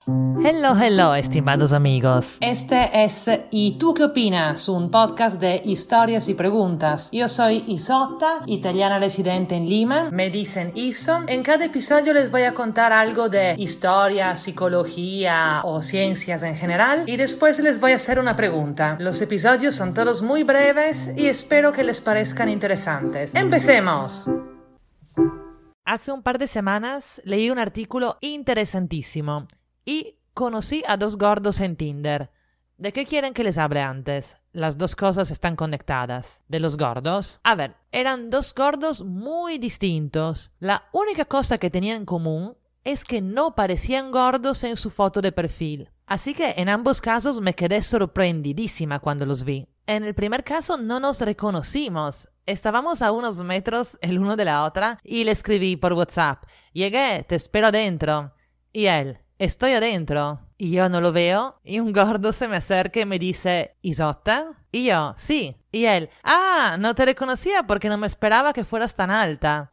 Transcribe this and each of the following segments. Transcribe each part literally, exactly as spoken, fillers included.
Hello, hello, estimados amigos. Este es ¿Y tú qué opinas? Un podcast de historias y preguntas. Yo soy Isotta, italiana residente en Lima. Me dicen Iso. En cada episodio les voy a contar algo de historia, psicología o ciencias en general. Y después les voy a hacer una pregunta. Los episodios son todos muy breves y espero que les parezcan interesantes. ¡Empecemos! Hace un par de semanas leí un artículo interesantísimo y conocí a dos gordos en Tinder. ¿De qué quieren que les hable antes? Las dos cosas están conectadas. ¿De los gordos? A ver, eran dos gordos muy distintos. La única cosa que tenían en común es que no parecían gordos en su foto de perfil. Así que en ambos casos me quedé sorprendidísima cuando los vi. En el primer caso no nos reconocimos. Estábamos a unos metros el uno de la otra y le escribí por WhatsApp: llegué, te espero adentro. Y él: estoy adentro. Y yo no lo veo. Y un gordo se me acerca y me dice: ¿Isotta? Y yo: sí. Y él: ah, no te reconocía porque no me esperaba que fueras tan alta.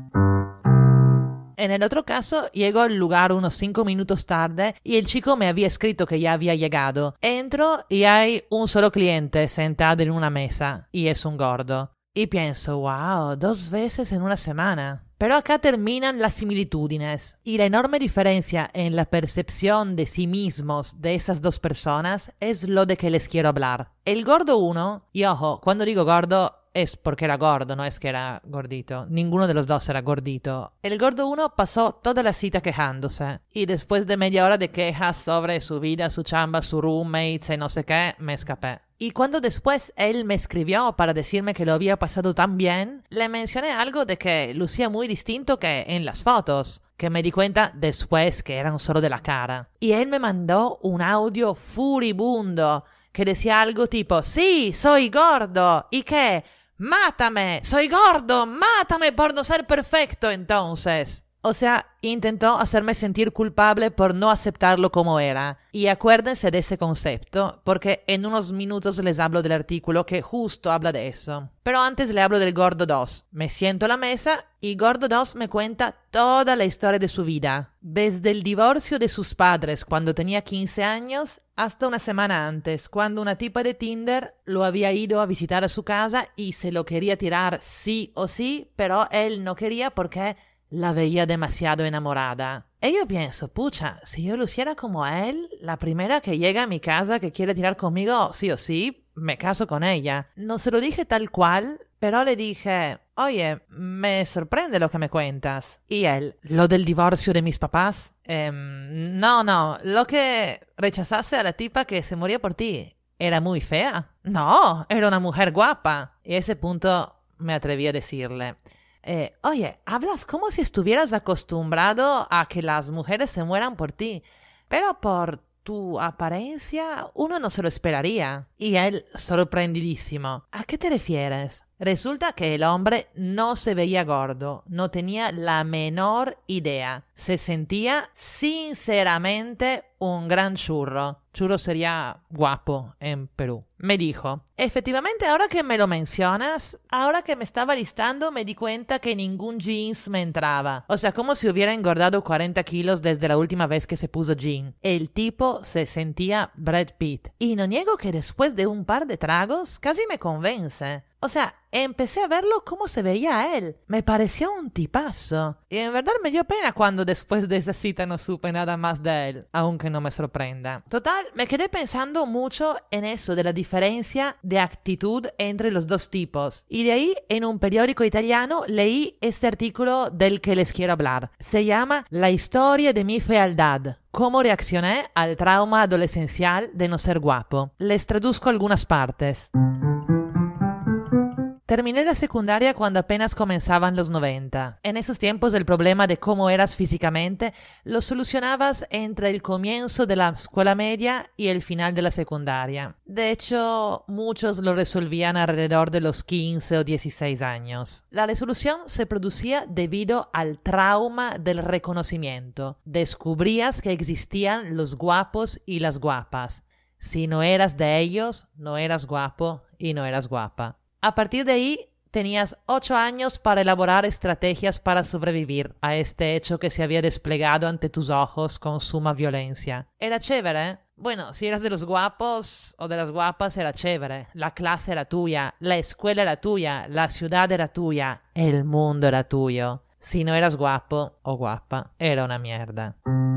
En el otro caso, llego al lugar unos cinco minutos tarde y el chico me había escrito que ya había llegado. Entro y hay un solo cliente sentado en una mesa y es un gordo. Y pienso, wow, dos veces en una semana. Pero acá terminan las similitudes y la enorme diferencia en la percepción de sí mismos de esas dos personas es lo de que les quiero hablar. El gordo uno, y ojo, cuando digo gordo es porque era gordo, no es que era gordito. Ninguno de los dos era gordito. El gordo uno pasó toda la cita quejándose y después de media hora de quejas sobre su vida, su chamba, su roommates y no sé qué, me escapé. Y cuando después él me escribió para decirme que lo había pasado tan bien, le mencioné algo de que lucía muy distinto que en las fotos, que me di cuenta después que eran solo de la cara. Y él me mandó un audio furibundo que decía algo tipo: sí, soy gordo. ¿Y qué? ¡Mátame! ¡Soy gordo! ¡Mátame por no ser perfecto entonces! O sea, intentó hacerme sentir culpable por no aceptarlo como era. Y acuérdense de ese concepto, porque en unos minutos les hablo del artículo que justo habla de eso. Pero antes le hablo del gordo dos. Me siento a la mesa y gordo dos me cuenta toda la historia de su vida. Desde el divorcio de sus padres cuando tenía quince años hasta una semana antes, cuando una tipa de Tinder lo había ido a visitar a su casa y se lo quería tirar sí o sí, pero él no quería porque la veía demasiado enamorada. Y yo pienso, pucha, si yo luciera como él, la primera que llega a mi casa que quiere tirar conmigo, sí o sí, me caso con ella. No se lo dije tal cual, pero le dije: oye, me sorprende lo que me cuentas. Y él: ¿lo del divorcio de mis papás? Eh, no, no, lo que rechazaste a la tipa que se moría por ti. ¿Era muy fea? No, era una mujer guapa. Y a ese punto me atreví a decirle: Eh, oye, hablas como si estuvieras acostumbrado a que las mujeres se mueran por ti, pero por tu apariencia uno no se lo esperaría. Y él, sorprendidísimo: ¿a qué te refieres? Resulta que el hombre no se veía gordo, no tenía la menor idea. Se sentía sinceramente un gran churro. Churro sería guapo en Perú. Me dijo: efectivamente, ahora que me lo mencionas, ahora que me estaba listando, me di cuenta que ningún jeans me entraba. O sea, como si hubiera engordado cuarenta kilos desde la última vez que se puso jean. El tipo se sentía Brad Pitt. Y no niego que después de un par de tragos casi me convence. O sea, empecé a verlo como se veía él. Me pareció un tipazo. Y en verdad me dio pena cuando después de esa cita no supe nada más de él, aunque no me sorprenda. Total, me quedé pensando mucho en eso de la diferencia de actitud entre los dos tipos. Y de ahí, en un periódico italiano, leí este artículo del que les quiero hablar. Se llama La historia de mi fealdad: cómo reaccioné al trauma adolescencial de no ser guapo. Les traduzco algunas partes. Terminé la secundaria cuando apenas comenzaban los noventa. En esos tiempos el problema de cómo eras físicamente lo solucionabas entre el comienzo de la escuela media y el final de la secundaria. De hecho, muchos lo resolvían alrededor de los quince o dieciséis años. La resolución se producía debido al trauma del reconocimiento. Descubrías que existían los guapos y las guapas. Si no eras de ellos, no eras guapo y no eras guapa. A partir de ahí, tenías ocho años para elaborar estrategias para sobrevivir a este hecho que se había desplegado ante tus ojos con suma violencia. ¿Era chévere, eh? Bueno, si eras de los guapos o de las guapas era chévere. La clase era tuya, la escuela era tuya, la ciudad era tuya, el mundo era tuyo. Si no eras guapo o guapa, era una mierda.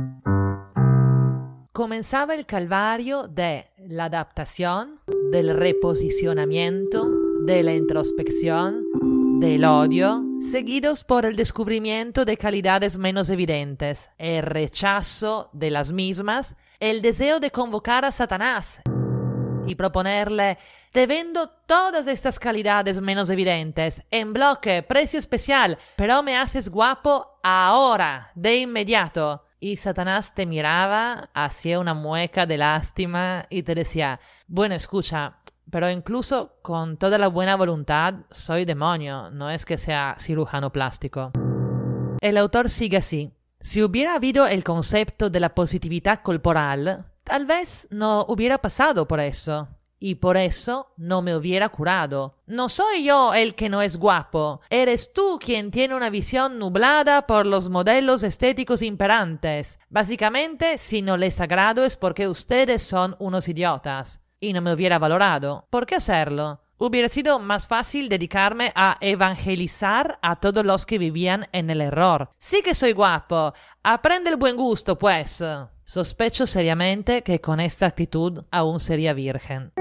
Comenzaba el calvario de la adaptación, del reposicionamiento, de la introspección, del odio, seguidos por el descubrimiento de calidades menos evidentes, el rechazo de las mismas, el deseo de convocar a Satanás y proponerle: te vendo todas estas calidades menos evidentes, en bloque, precio especial, pero me haces guapo ahora, de inmediato. Y Satanás te miraba, hacía una mueca de lástima y te decía: bueno, escucha, pero incluso con toda la buena voluntad, soy demonio, no es que sea cirujano plástico. El autor sigue así: si hubiera habido el concepto de la positividad corporal, tal vez no hubiera pasado por eso. Y por eso no me hubiera curado. No soy yo el que no es guapo. Eres tú quien tiene una visión nublada por los modelos estéticos imperantes. Básicamente, si no les agrado es porque ustedes son unos idiotas. Y no me hubiera valorado. ¿Por qué hacerlo? Hubiera sido más fácil dedicarme a evangelizar a todos los que vivían en el error. Sí que soy guapo. Aprende el buen gusto, pues. Sospecho seriamente que con esta actitud aún sería virgen.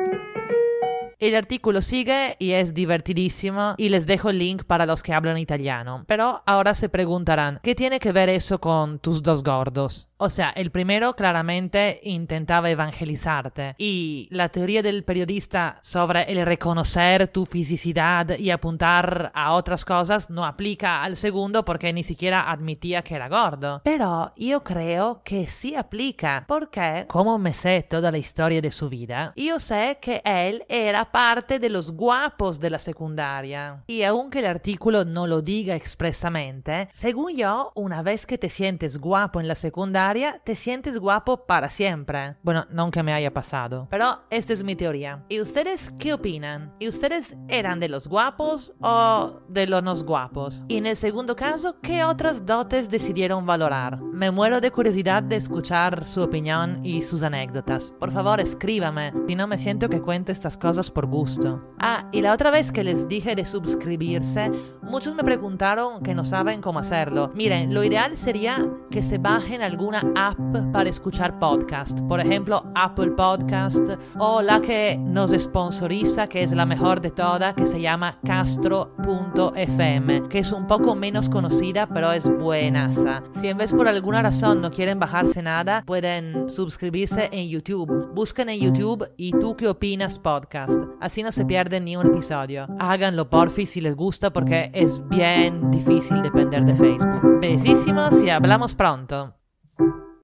El artículo sigue y es divertidísimo y les dejo el link para los que hablan italiano. Pero ahora se preguntarán, ¿qué tiene que ver eso con tus dos gordos? O sea, el primero claramente intentaba evangelizarte y la teoría del periodista sobre el reconocer tu fisicidad y apuntar a otras cosas no aplica al segundo porque ni siquiera admitía que era gordo. Pero yo creo que sí aplica porque, como me sé toda la historia de su vida, yo sé que él era parte de los guapos de la secundaria. Y aunque el artículo no lo diga expresamente, según yo, una vez que te sientes guapo en la secundaria, te sientes guapo para siempre. Bueno, no que me haya pasado, pero esta es mi teoría. ¿Y ustedes qué opinan? ¿Y ustedes eran de los guapos o de los no guapos? Y en el segundo caso, ¿qué otras dotes decidieron valorar? Me muero de curiosidad de escuchar su opinión y sus anécdotas. Por favor, escríbame, si no me siento que cuento estas cosas por gusto. Ah, y la otra vez que les dije de suscribirse, muchos me preguntaron que no saben cómo hacerlo. Miren, lo ideal sería que se bajen alguna app para escuchar podcast, por ejemplo Apple Podcast o la que nos sponsoriza, que es la mejor de todas, que se llama Castro punto f m, que es un poco menos conocida pero es buenaza. Si en vez por alguna razón no quieren bajarse nada, pueden suscribirse en YouTube. Busquen en YouTube ¿Y tú qué opinas podcast? Así no se pierden ni un episodio. Háganlo porfi si les gusta porque es bien difícil depender de Facebook. Besísimos y hablamos pronto.